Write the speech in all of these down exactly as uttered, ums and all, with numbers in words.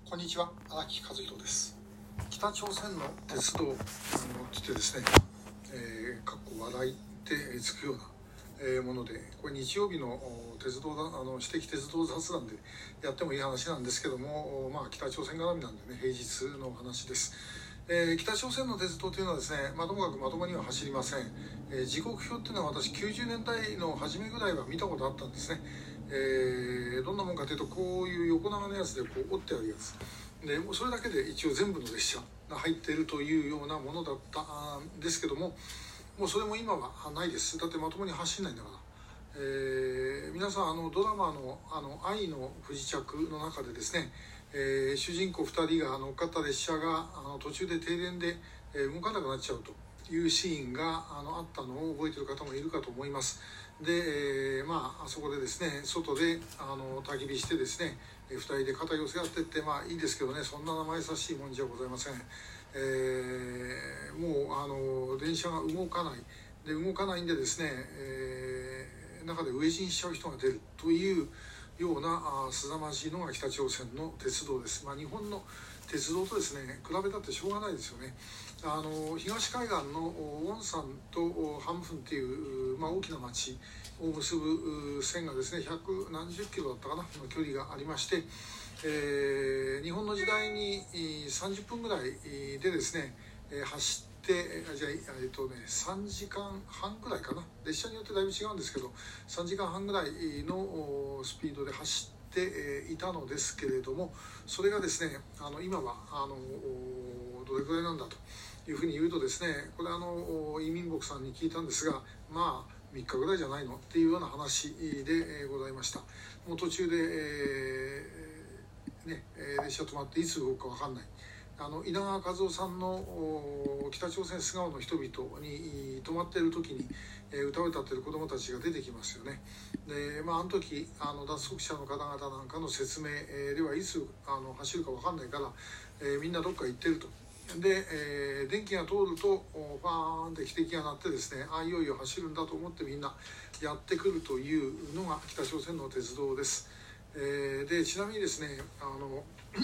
こんにちは、荒木和弘です。北朝鮮の鉄道に乗っててですね、えー、かっこ笑いってつくような、えー、もので、これ日曜日の鉄道だあの私的鉄道雑談でやってもいい話なんですけども、まあ北朝鮮絡みなんでね、平日の話です。えー、北朝鮮の鉄道というのはですね、まあ、ともかくまともには走りません。えー、時刻表っていうのは私きゅうじゅうねんだいの初めぐらいは見たことあったんですね。えー、どんなもんかというと、こういう横長のやつでこう折ってあるやつで、もうそれだけで一応全部の列車が入っているというようなものだったんですけども、もうそれも今はないです。だってまともに走んないんだから。えー、皆さんあのドラマの「あの愛の不時着」の中でですね、えー、主人公ふたりが乗っかった列車があの途中で停電で、えー、動かなくなっちゃうというシーンがあのあったのを覚えている方もいるかと思います。で、えー、まああそこでですね、外であの焚き火してですね、えー、ふたりで肩寄せ合ってって、まあいいですけどね、そんな名前優しいもんじゃございません。えー、もうあの電車が動かないで動かないんでですね、えー、中で飢え死にしちゃう人が出るというようなすさまじいのが北朝鮮の鉄道です。まあ、日本の鉄道とですね比べたってしょうがないですよね。あの東海岸のウォンサンとハムフンっていう、まあ、大きな町を結ぶ線がですね百何十キロだったかなの距離がありまして、えー、日本の時代にさんじゅっぷんぐらいでですね走ってでじゃあ、えっとね、さんじかんはんぐらいかな、列車によってだいぶ違うんですけどさんじかんはんぐらいのスピードで走っていたのですけれども、それがですねあの今はあのどれくらいなんだというふうに言うとですね、これあのイ・ミンボクさんに聞いたんですが、まあみっかぐらいじゃないのっていうような話でございました。もう途中で、えーね、列車止まっていつ動くか分かんない。あの稲川和夫さんの北朝鮮素顔の人々に泊まっている時に歌を歌っている子どもたちが出てきますよね。で、まあ、あの時あの脱足者の方々なんかの説明ではいつあの走るか分かんないから、えー、みんなどっか行ってると。で、えー、電気が通るとファーンって汽笛が鳴ってですね、あいよいよ走るんだと思ってみんなやってくるというのが北朝鮮の鉄道です。えー、でちなみにですねあの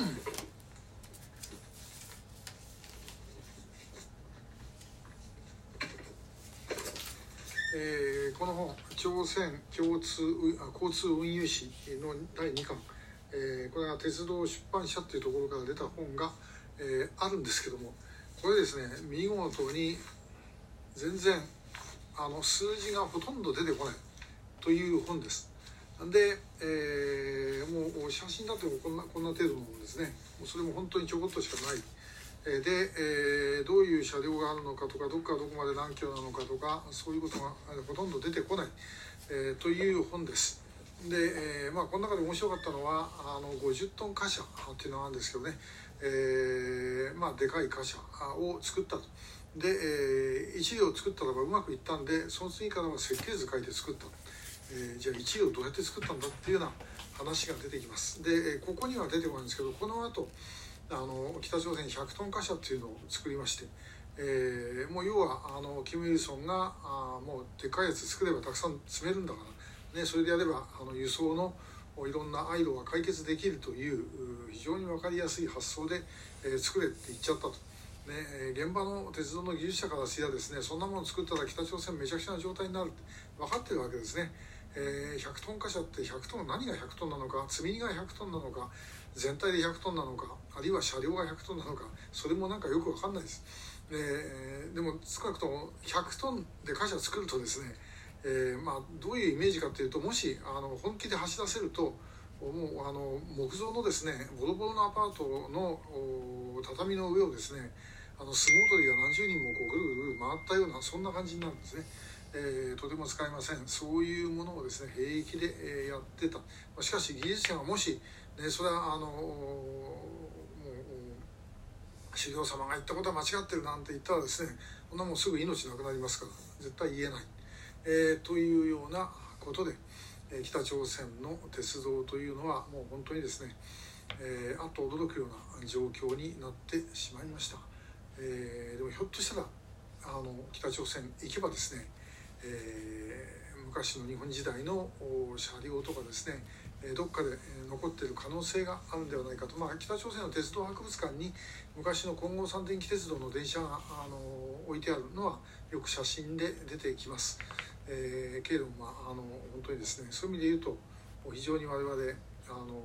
えー、この本「朝鮮共通交通運輸史」のだいにかん、えー、これが鉄道出版社っていうところから出た本が、えー、あるんですけども、これですね見事に全然あの数字がほとんど出てこないという本です。で、えー、もう写真だってもこんなこんな程度のものですね。もうそれも本当にちょこっとしかない。で、えー、どういう車両があるのかとか、どこからどこまで何キロなのかとか、そういうことがほとんど出てこない、えー、という本です。で、えーまあ、この中で面白かったのはあのごじゅっトン貨車っていうのがあるんですけどね、えーまあ、でかい貨車を作ったと。で、えー、いち両作ったらばうまくいったんで、その次からは設計図書いて作った、えー、じゃあいち両どうやって作ったんだっていうような話が出てきます。で、ここには出てこないんですけど、この後あの北朝鮮ひゃくトン貨車っていうのを作りまして、えー、もう要はあのキム・イルソンがあもうでっかいやつ作ればたくさん積めるんだから、ね、それでやればあの輸送のいろんな賄賂が解決できるという非常に分かりやすい発想で、えー、作れって言っちゃったと。ね、現場の鉄道の技術者からすればですね、そんなもの作ったら北朝鮮めちゃくちゃな状態になるって分かってるわけですね。えー、ひゃくトン貨車ってひゃくトン、何がひゃくトンなのか、積み荷がひゃくトンなのか、全体でひゃくトンなのか、あるいは車両がひゃくトンなのか、それもなんかよく分かんないです。えー、でも少なくともひゃくトンで貨車作るとですね、えーまあ、どういうイメージかというと、もしあの本気で走らせるともうあの木造のですねボロボロのアパートの畳の上をですね、あの相撲取りが何十人もこうぐるぐるぐる回ったようなそんな感じになるんですね。えー、とても使えません。そういうものをですね平気で、えー、やってた。しかし技術者がもし、ね、それはあのもう修行様が言ったことは間違ってるなんて言ったらですね、こんなもんすぐ命なくなりますから絶対言えない、えー、というようなことで、えー、北朝鮮の鉄道というのはもう本当にですね、えー、あっと驚くような状況になってしまいました。えー、でもひょっとしたらあの北朝鮮行けばですね、えー、 昔の日本時代の車両とかですね、どっかで残っている可能性があるんではないかと、まあ、北朝鮮の鉄道博物館に昔の金剛山電気鉄道の電車があの置いてあるのはよく写真で出てきます。えー、けれども、まあ、あの本当にですね、そういう意味で言うと非常に我々あの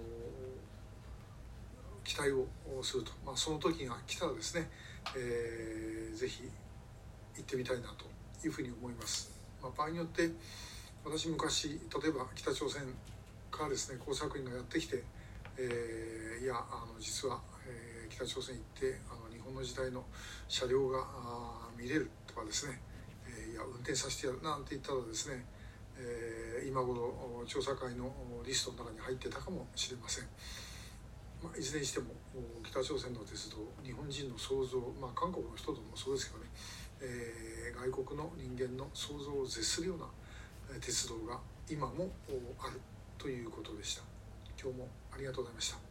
期待をすると、まあ、その時が来たらですね、えー、ぜひ行ってみたいなというふうに思います。まあ、場合によって私昔例えば北朝鮮からですね工作員がやってきて、えー、いやあの実は、えー、北朝鮮行ってあの日本の時代の車両が見れるとかですね、えー、いや運転させてやるなんて言ったらですね、えー、今頃調査会のリストの中に入ってたかもしれません。まあ、いずれにしても北朝鮮の鉄道、日本人の想像、まあ、韓国の人ともそうですけどね、えー、外国の人間の想像を絶するような鉄道が今もあるということでした。今日もありがとうございました。